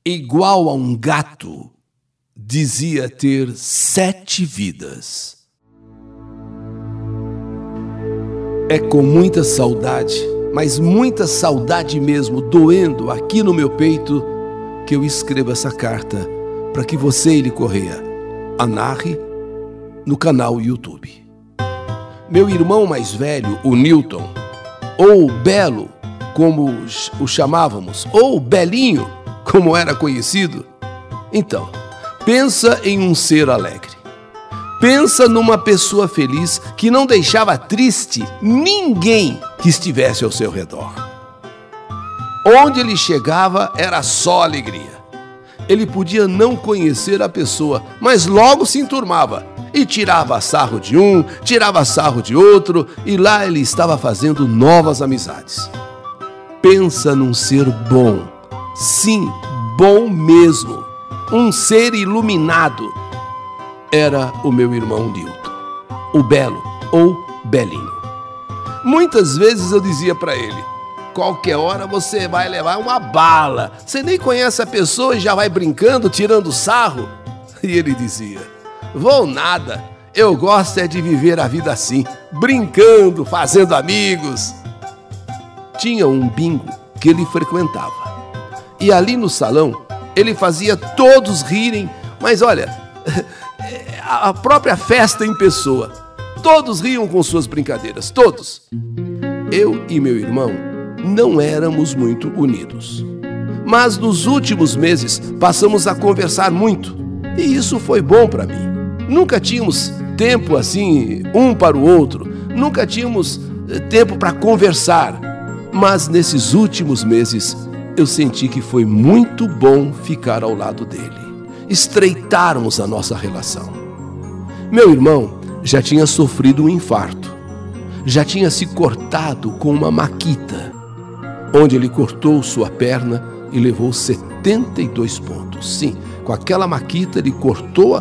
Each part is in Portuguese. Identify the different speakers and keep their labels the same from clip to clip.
Speaker 1: igual a um gato, dizia ter 7 vidas. É com muita saudade, mas muita saudade mesmo, doendo aqui no meu peito, que eu escrevo essa carta para que você, Eli Correia, a narre no canal YouTube. Meu irmão mais velho, o Newton, ou Belo, como o chamávamos, ou Belinho, como era conhecido. Então, pensa em um ser alegre. Pensa numa pessoa feliz que não deixava triste ninguém que estivesse ao seu redor. Onde ele chegava era só alegria. Ele podia não conhecer a pessoa, mas logo se enturmava e tirava sarro de um, tirava sarro de outro, e lá ele estava fazendo novas amizades. Pensa num ser bom, sim, bom mesmo, um ser iluminado. Era o meu irmão Newton, o Belo ou Belinho. Muitas vezes eu dizia para ele: qualquer hora você vai levar uma bala, você nem conhece a pessoa e já vai brincando, tirando sarro. E ele dizia: vou nada, eu gosto é de viver a vida assim, brincando, fazendo amigos. Tinha um bingo que ele frequentava, e ali no salão ele fazia todos rirem, mas olha, a própria festa em pessoa. Todos riam com suas brincadeiras, todos. Eu e meu irmão não éramos muito unidos, mas nos últimos meses passamos a conversar muito, e isso foi bom para mim. Nunca tínhamos tempo assim um para o outro, nunca tínhamos tempo para conversar, mas nesses últimos meses eu senti que foi muito bom ficar ao lado dele, estreitarmos a nossa relação. Meu irmão já tinha sofrido um infarto, já tinha se cortado com uma maquita, onde ele cortou sua perna e levou 72 pontos. Sim, com aquela maquita ele cortou,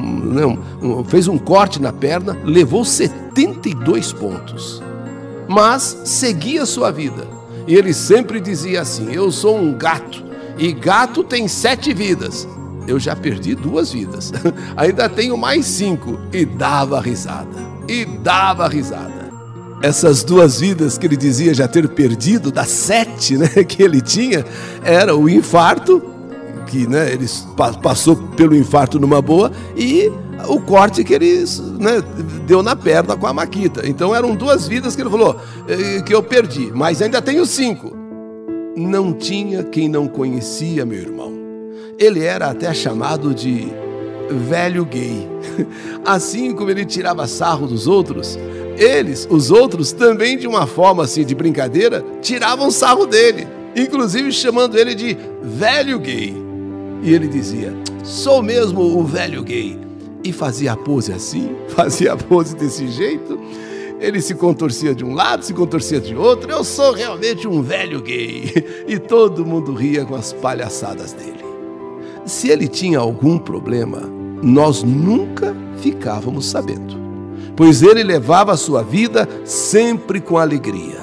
Speaker 1: fez um corte na perna, levou 72 pontos. Mas seguia sua vida. E ele sempre dizia assim: eu sou um gato, e gato tem 7 vidas. Eu já perdi 2 vidas, ainda tenho mais 5. E dava risada, e dava risada. Essas 2 vidas que ele dizia já ter perdido, das 7, que ele tinha, era o infarto, que ele passou pelo infarto numa boa, e o corte que ele deu na perna com a maquita. Então eram 2 vidas que ele falou que eu perdi, mas ainda tenho 5. Não tinha quem não conhecia meu irmão. Ele era até chamado de velho gay. Assim como ele tirava sarro dos outros, os outros, também de uma forma assim de brincadeira, tiravam sarro dele, inclusive chamando ele de velho gay. E ele dizia: sou mesmo o velho gay. E fazia a pose assim, fazia a pose desse jeito. Ele se contorcia de um lado, se contorcia de outro. Eu sou realmente um velho gay. E todo mundo ria com as palhaçadas dele. Se ele tinha algum problema, nós nunca ficávamos sabendo, pois ele levava a sua vida sempre com alegria.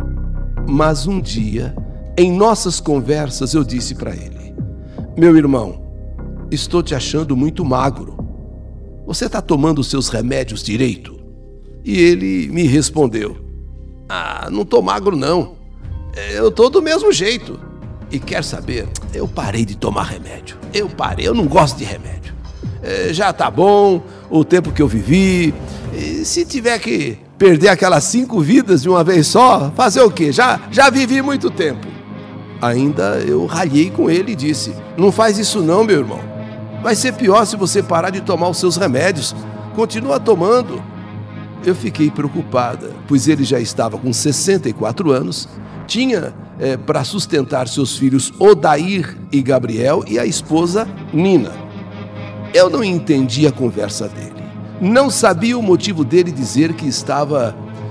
Speaker 1: Mas um dia, em nossas conversas, eu disse para ele: meu irmão, estou te achando muito magro. Você está tomando os seus remédios direito? E ele me respondeu: não estou magro não, eu estou do mesmo jeito. E quer saber, eu parei de tomar remédio. Eu não gosto de remédio. Já tá bom o tempo que eu vivi. E se tiver que perder aquelas 5 vidas de uma vez só, fazer o quê? Já vivi muito tempo. Ainda eu ralhei com ele e disse: não faz isso não, meu irmão. Vai ser pior se você parar de tomar os seus remédios. Continua tomando. Eu fiquei preocupada, pois ele já estava com 64 anos, tinha para sustentar seus filhos Odair e Gabriel e a esposa Nina. Eu não entendi a conversa dele. Não sabia o motivo dele dizer que estava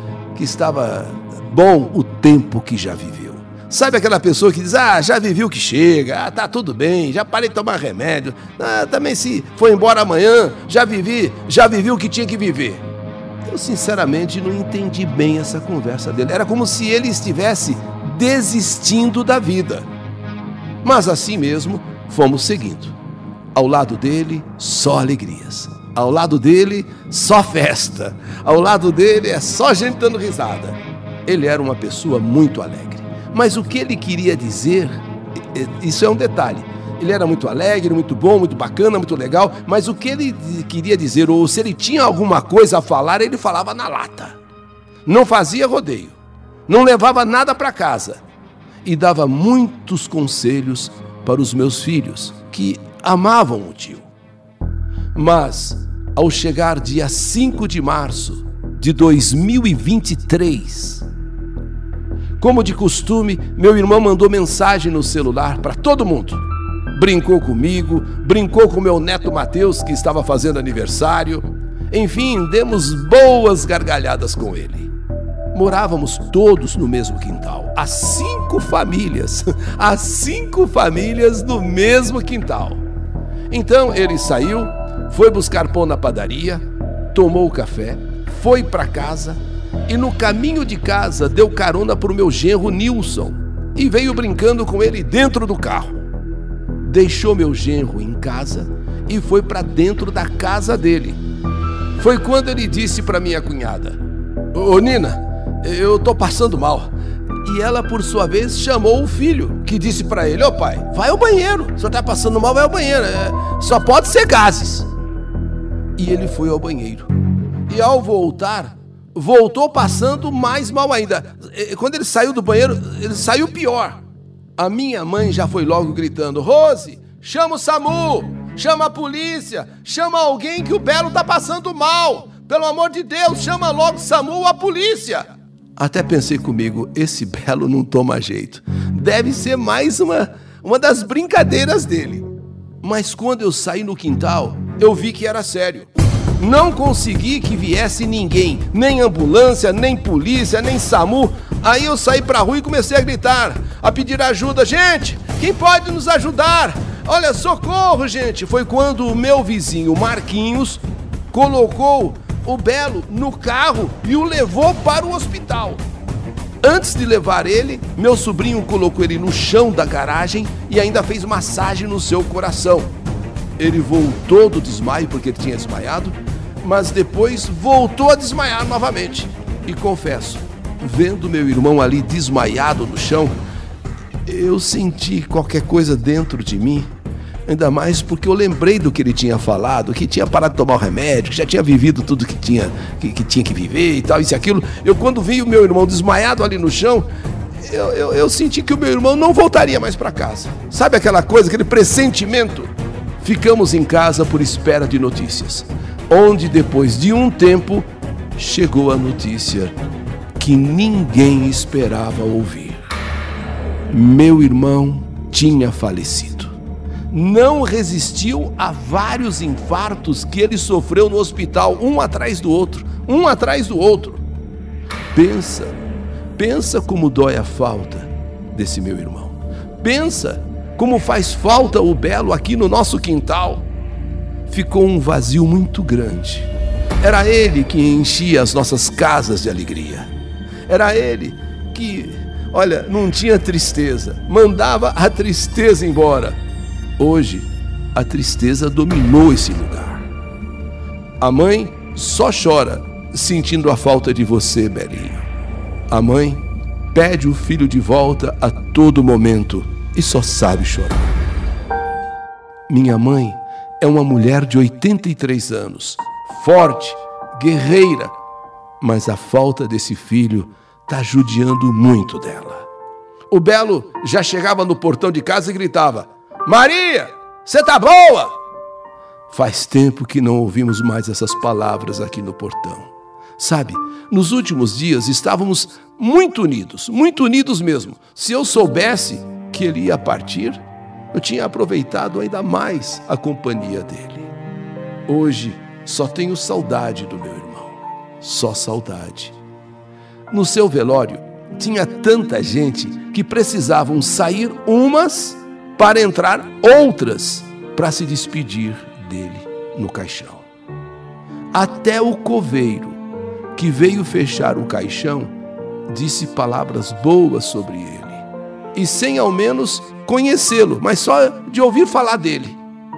Speaker 1: bom o tempo que já viveu. Sabe aquela pessoa que diz: já vivi o que chega, tá tudo bem, já parei de tomar remédio, também se for embora amanhã, já vivi o que tinha que viver. Eu sinceramente não entendi bem essa conversa dele. Era como se ele estivesse desistindo da vida. Mas assim mesmo fomos seguindo. Ao lado dele, só alegrias. Ao lado dele, só festa. Ao lado dele é só gente dando risada. Ele era uma pessoa muito alegre. Mas o que ele queria dizer, isso é um detalhe. Ele era muito alegre, muito bom, muito bacana, muito legal. Mas o que ele queria dizer, ou se ele tinha alguma coisa a falar, ele falava na lata. Não fazia rodeio. Não levava nada para casa. E dava muitos conselhos para os meus filhos, que amavam o tio. Mas, ao chegar dia 5 de março de 2023, como de costume, meu irmão mandou mensagem no celular para todo mundo. Brincou comigo, brincou com meu neto Mateus, que estava fazendo aniversário. Enfim, demos boas gargalhadas com ele. Morávamos todos no mesmo quintal, as 5 famílias no mesmo quintal. Então ele saiu, foi buscar pão na padaria, tomou o café, foi para casa e no caminho de casa deu carona para o meu genro Nilson e veio brincando com ele dentro do carro. Deixou meu genro em casa e foi para dentro da casa dele. Foi quando ele disse para minha cunhada: "Ô Nina, eu tô passando mal." E ela, por sua vez, chamou o filho, que disse para ele: "Ô pai, vai ao banheiro. Se você tá passando mal, vai ao banheiro. Só pode ser gases." E ele foi ao banheiro. E ao voltar, voltou passando mais mal ainda. Quando ele saiu do banheiro, ele saiu pior. A minha mãe já foi logo gritando: "Rose, chama o SAMU, chama a polícia, chama alguém que o Belo tá passando mal. Pelo amor de Deus, chama logo o SAMU ou a polícia." Até pensei comigo, esse Belo não toma jeito. Deve ser mais uma das brincadeiras dele. Mas quando eu saí no quintal, eu vi que era sério. Não consegui que viesse ninguém, nem ambulância, nem polícia, nem SAMU. Aí eu saí pra rua e comecei a gritar, a pedir ajuda. "Gente, quem pode nos ajudar? Olha, socorro, gente!" Foi quando o meu vizinho Marquinhos colocou o Belo no carro e o levou para o hospital. Antes de levar ele, meu sobrinho colocou ele no chão da garagem e ainda fez massagem no seu coração. Ele voltou do desmaio, porque ele tinha desmaiado, mas depois voltou a desmaiar novamente. E confesso, vendo meu irmão ali desmaiado no chão, eu senti qualquer coisa dentro de mim. Ainda mais porque eu lembrei do que ele tinha falado, que tinha parado de tomar o remédio, que já tinha vivido tudo que tinha que viver e tal, isso e aquilo. Eu, quando vi o meu irmão desmaiado ali no chão, eu senti que o meu irmão não voltaria mais para casa. Sabe aquela coisa, aquele pressentimento? Ficamos em casa por espera de notícias, onde depois de um tempo chegou a notícia que ninguém esperava ouvir. Meu irmão tinha falecido. Não resistiu a vários infartos que ele sofreu no hospital, um atrás do outro. Pensa como dói a falta desse meu irmão. Pensa como faz falta o Belo aqui no nosso quintal. Ficou um vazio muito grande. Era ele que enchia as nossas casas de alegria. Era ele que, olha, não tinha tristeza, mandava a tristeza embora. Hoje, a tristeza dominou esse lugar. A mãe só chora sentindo a falta de você, Belinho. A mãe pede o filho de volta a todo momento e só sabe chorar. Minha mãe é uma mulher de 83 anos, forte, guerreira, mas a falta desse filho está judiando muito dela. O Belo já chegava no portão de casa e gritava: "Maria, você tá boa?" Faz tempo que não ouvimos mais essas palavras aqui no portão. Sabe, nos últimos dias estávamos muito unidos mesmo. Se eu soubesse que ele ia partir, eu tinha aproveitado ainda mais a companhia dele. Hoje só tenho saudade do meu irmão, só saudade. No seu velório tinha tanta gente que precisavam sair umas para entrar outras para se despedir dele no caixão. Até o coveiro que veio fechar o caixão disse palavras boas sobre ele. e sem ao menos conhecê-lo, mas só de ouvir falar dele.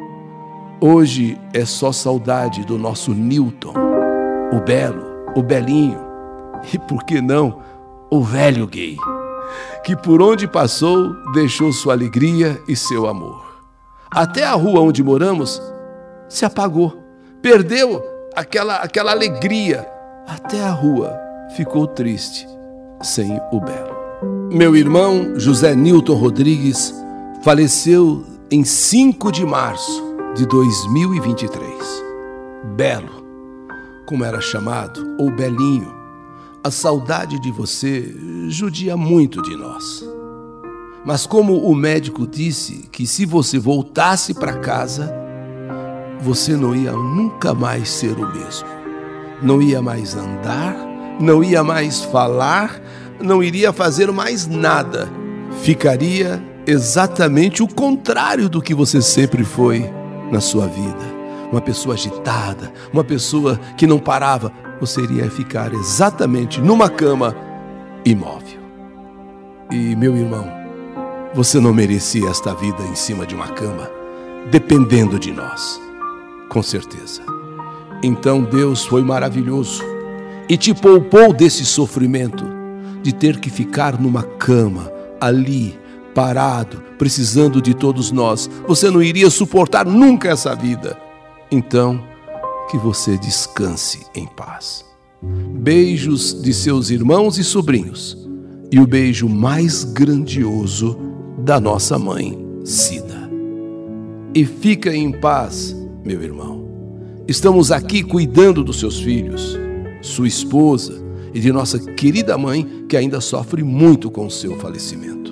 Speaker 1: Hoje é só saudade do nosso Newton, o belo, o belinho, e por que não, o velho gay, que por onde passou deixou sua alegria e seu amor. Até a rua onde moramos se apagou, perdeu aquela alegria. Até a rua ficou triste sem o belo. Meu irmão José Newton Rodrigues faleceu em 5 de março de 2023. Belo, como era chamado, ou Belinho, a saudade de você judia muito de nós. Mas como o médico disse que se você voltasse para casa, você não ia nunca mais ser o mesmo. Não ia mais andar, não ia mais falar, não iria fazer mais nada. Ficaria exatamente o contrário do que você sempre foi na sua vida. Uma pessoa agitada, uma pessoa que não parava. Você iria ficar exatamente numa cama, imóvel. E, meu irmão, você não merecia esta vida em cima de uma cama, dependendo de nós, com certeza. Então Deus foi maravilhoso e te poupou desse sofrimento, de ter que ficar numa cama, ali, parado, precisando de todos nós. Você não iria suportar nunca essa vida. Então, que você descanse em paz. Beijos de seus irmãos e sobrinhos, e o beijo mais grandioso da nossa mãe, Cida. E fica em paz, meu irmão. Estamos aqui cuidando dos seus filhos, sua esposa e de nossa querida mãe, que ainda sofre muito com o seu falecimento.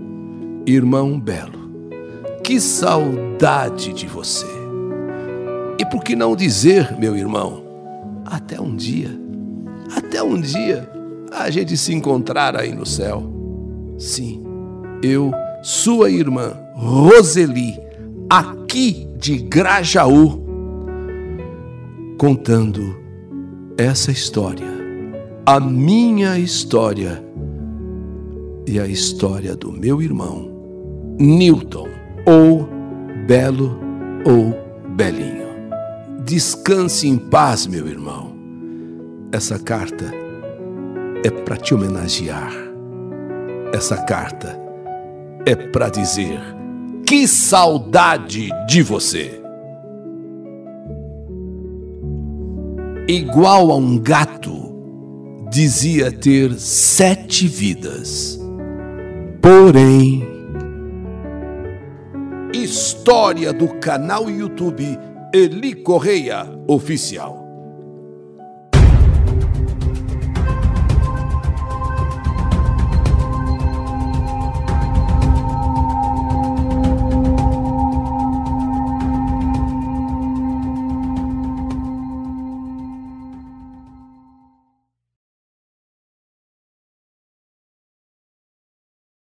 Speaker 1: Irmão Belo, que saudade de você! E por que não dizer, meu irmão, até um dia a gente se encontrar aí no céu. Sim, eu, sua irmã Roseli, aqui de Grajaú, contando essa história, a minha história e a história do meu irmão Newton, ou Belo ou Belinho. Descanse em paz, meu irmão. Essa carta é para te homenagear. Essa carta é para dizer: que saudade de você! Igual a um gato, dizia ter 7 vidas. Porém, história do canal YouTube Eli Correia Oficial.